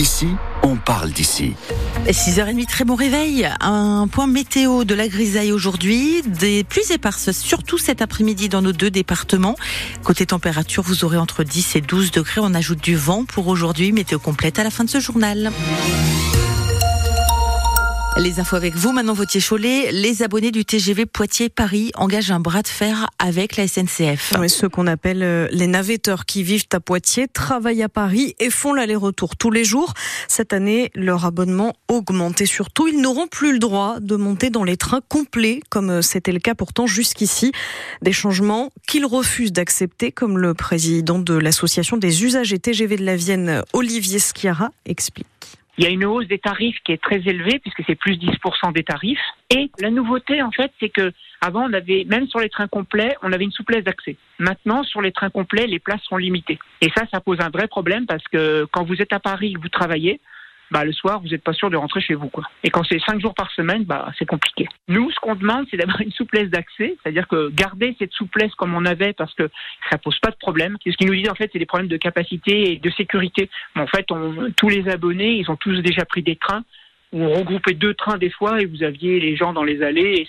Ici, on parle d'ici. 6h30, très bon réveil. Un point météo, de la grisaille aujourd'hui, des pluies éparses, surtout cet après-midi dans nos deux départements. Côté température, vous aurez entre 10 et 12 degrés. On ajoute du vent pour aujourd'hui. Météo complète à la fin de ce journal. Les infos avec vous, Manon Vautier-Cholet. Les abonnés du TGV Poitiers-Paris engagent un bras de fer avec la SNCF. Oui, ceux qu'on appelle les navetteurs qui vivent à Poitiers, travaillent à Paris et font l'aller-retour tous les jours. Cette année, leur abonnement augmente et surtout, ils n'auront plus le droit de monter dans les trains complets, comme c'était le cas pourtant jusqu'ici. Des changements qu'ils refusent d'accepter, comme le président de l'association des usagers TGV de la Vienne, Olivier Schiara, explique. Il y a une hausse des tarifs qui est très élevée puisque c'est plus 10% des tarifs. Et la nouveauté, en fait, c'est que avant, on avait, même sur les trains complets, on avait une souplesse d'accès. Maintenant, sur les trains complets, les places sont limitées. Et ça pose un vrai problème parce que quand vous êtes à Paris et que vous travaillez, le soir, vous n'êtes pas sûr de rentrer chez vous, quoi. Et quand c'est 5 jours par semaine, c'est compliqué. Nous, ce qu'on demande, c'est d'avoir une souplesse d'accès, c'est-à-dire que garder cette souplesse comme on avait parce que ça pose pas de problème. Et ce qu'ils nous disent, en fait, c'est des problèmes de capacité et de sécurité. Mais en fait, tous les abonnés, ils ont tous déjà pris des trains où on regroupait 2 trains des fois et vous aviez les gens dans les allées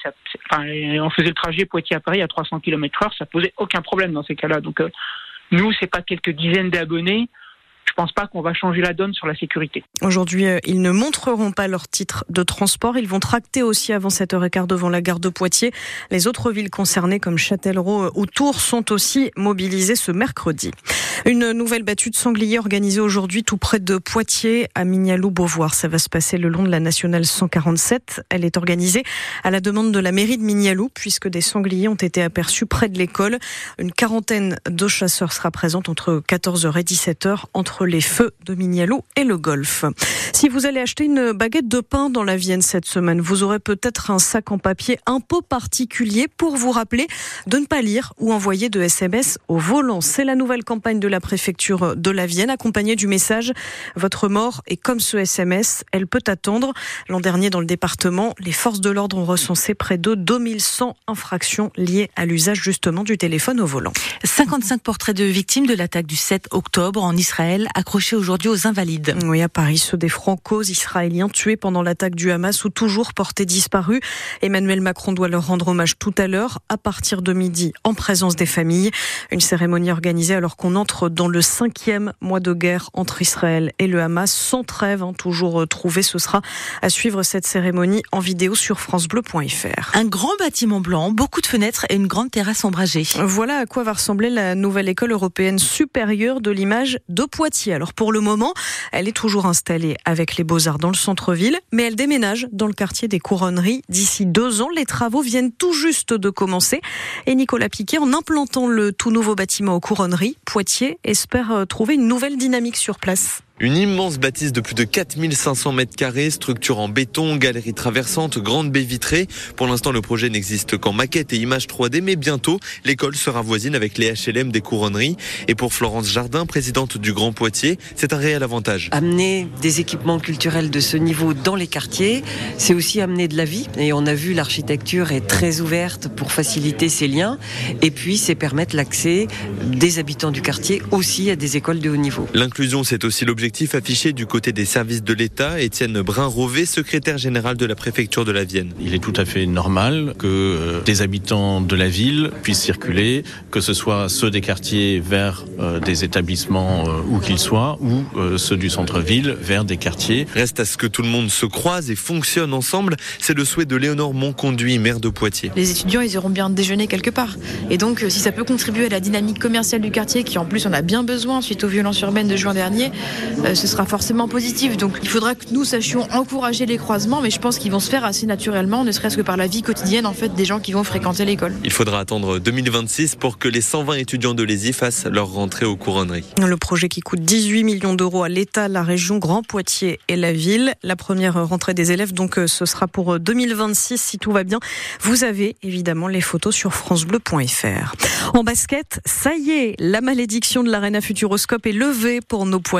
et on faisait le trajet Poitiers à Paris à 300 km/h, ça posait aucun problème dans ces cas-là. Donc, nous, c'est pas quelques dizaines d'abonnés. Je pense pas qu'on va changer la donne sur la sécurité. Aujourd'hui, ils ne montreront pas leur titre de transport. Ils vont tracter aussi avant 7h15 devant la gare de Poitiers. Les autres villes concernées comme Châtellerault ou Tours sont aussi mobilisées ce mercredi. Une nouvelle battue de sangliers organisée aujourd'hui tout près de Poitiers à Mignaloux-Beauvoir. Ça va se passer le long de la nationale 147. Elle est organisée à la demande de la mairie de Mignaloux puisque des sangliers ont été aperçus près de l'école. Une quarantaine de chasseurs sera présente entre 14h et 17h entre les feux de Mignaloux et le golfe. Si vous allez acheter une baguette de pain dans la Vienne cette semaine, vous aurez peut-être un sac en papier un peu particulier pour vous rappeler de ne pas lire ou envoyer de SMS au volant. C'est la nouvelle campagne de la préfecture de la Vienne, accompagnée du message « Votre mort est comme ce SMS, elle peut attendre ». L'an dernier, dans le département, les forces de l'ordre ont recensé près de 2100 infractions liées à l'usage justement du téléphone au volant. 55 portraits de victimes de l'attaque du 7 octobre en Israël, accrochés aujourd'hui aux Invalides. Oui, à Paris, ceux des franco-israéliens tués pendant l'attaque du Hamas ou toujours portés disparus. Emmanuel Macron doit leur rendre hommage tout à l'heure, à partir de midi, en présence des familles. Une cérémonie organisée alors qu'on entre dans le 5e mois de guerre entre Israël et le Hamas, sans trêve, toujours trouvé. Ce sera à suivre cette cérémonie en vidéo sur francebleu.fr. Un grand bâtiment blanc, beaucoup de fenêtres et une grande terrasse ombragée. Voilà à quoi va ressembler la nouvelle école européenne supérieure de l'image de Poitiers. Alors pour le moment, elle est toujours installée avec les Beaux-Arts dans le centre-ville, mais elle déménage dans le quartier des Couronneries. D'ici 2 ans, les travaux viennent tout juste de commencer. Et Nicolas Piquet, en implantant le tout nouveau bâtiment aux Couronneries, Poitiers espère trouver une nouvelle dynamique sur place. Une immense bâtisse de plus de 4500 mètres carrés, structure en béton, galerie traversante, grande baie vitrée. Pour l'instant, le projet n'existe qu'en maquette et images 3D, mais bientôt, l'école sera voisine avec les HLM des Couronneries. Et pour Florence Jardin, présidente du Grand Poitiers, c'est un réel avantage. Amener des équipements culturels de ce niveau dans les quartiers, c'est aussi amener de la vie. Et on a vu, l'architecture est très ouverte pour faciliter ces liens. Et puis, c'est permettre l'accès des habitants du quartier aussi à des écoles de haut niveau. L'inclusion, c'est aussi l'objectif affiché du côté des services de l'État. Étienne Brun-Rovet, secrétaire général de la préfecture de la Vienne. Il est tout à fait normal que des habitants de la ville puissent circuler, que ce soit ceux des quartiers vers des établissements où qu'ils soient, ou ceux du centre-ville vers des quartiers. Reste à ce que tout le monde se croise et fonctionne ensemble. C'est le souhait de Léonore Monconduit, maire de Poitiers. Les étudiants, ils auront bien déjeuné quelque part. Et donc, si ça peut contribuer à la dynamique commerciale du quartier, qui en plus en a bien besoin suite aux violences urbaines de juin dernier, ce sera forcément positif. Donc il faudra que nous sachions encourager les croisements, mais je pense qu'ils vont se faire assez naturellement, ne serait-ce que par la vie quotidienne des gens qui vont fréquenter l'école. Il faudra attendre 2026 pour que les 120 étudiants de l'ESI fassent leur rentrée aux Couronneries. Le projet qui coûte 18 millions d'euros à l'État, la région Grand Poitiers et la ville. La première rentrée des élèves, donc ce sera pour 2026 si tout va bien. Vous avez évidemment les photos sur francebleu.fr. En basket, ça y est, la malédiction de l'Arena Futuroscope est levée pour nos Poitevins après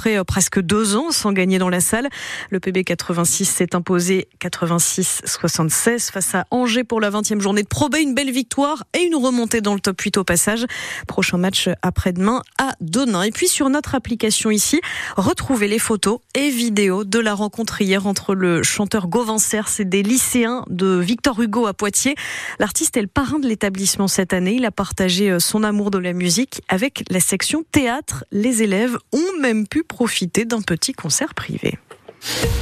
après presque 2 ans sans gagner dans la salle. Le PB 86 s'est imposé 86-76 face à Angers pour la 20e journée de Pro B. Une belle victoire et une remontée dans le top 8 au passage. Prochain match après-demain à Denain. Et puis sur notre application ici, retrouvez les photos et vidéos de la rencontre hier entre le chanteur Gauvin Cers et des lycéens de Victor Hugo à Poitiers. L'artiste est le parrain de l'établissement cette année. Il a partagé son amour de la musique avec la section théâtre. Les élèves ont même pu profiter d'un petit concert privé.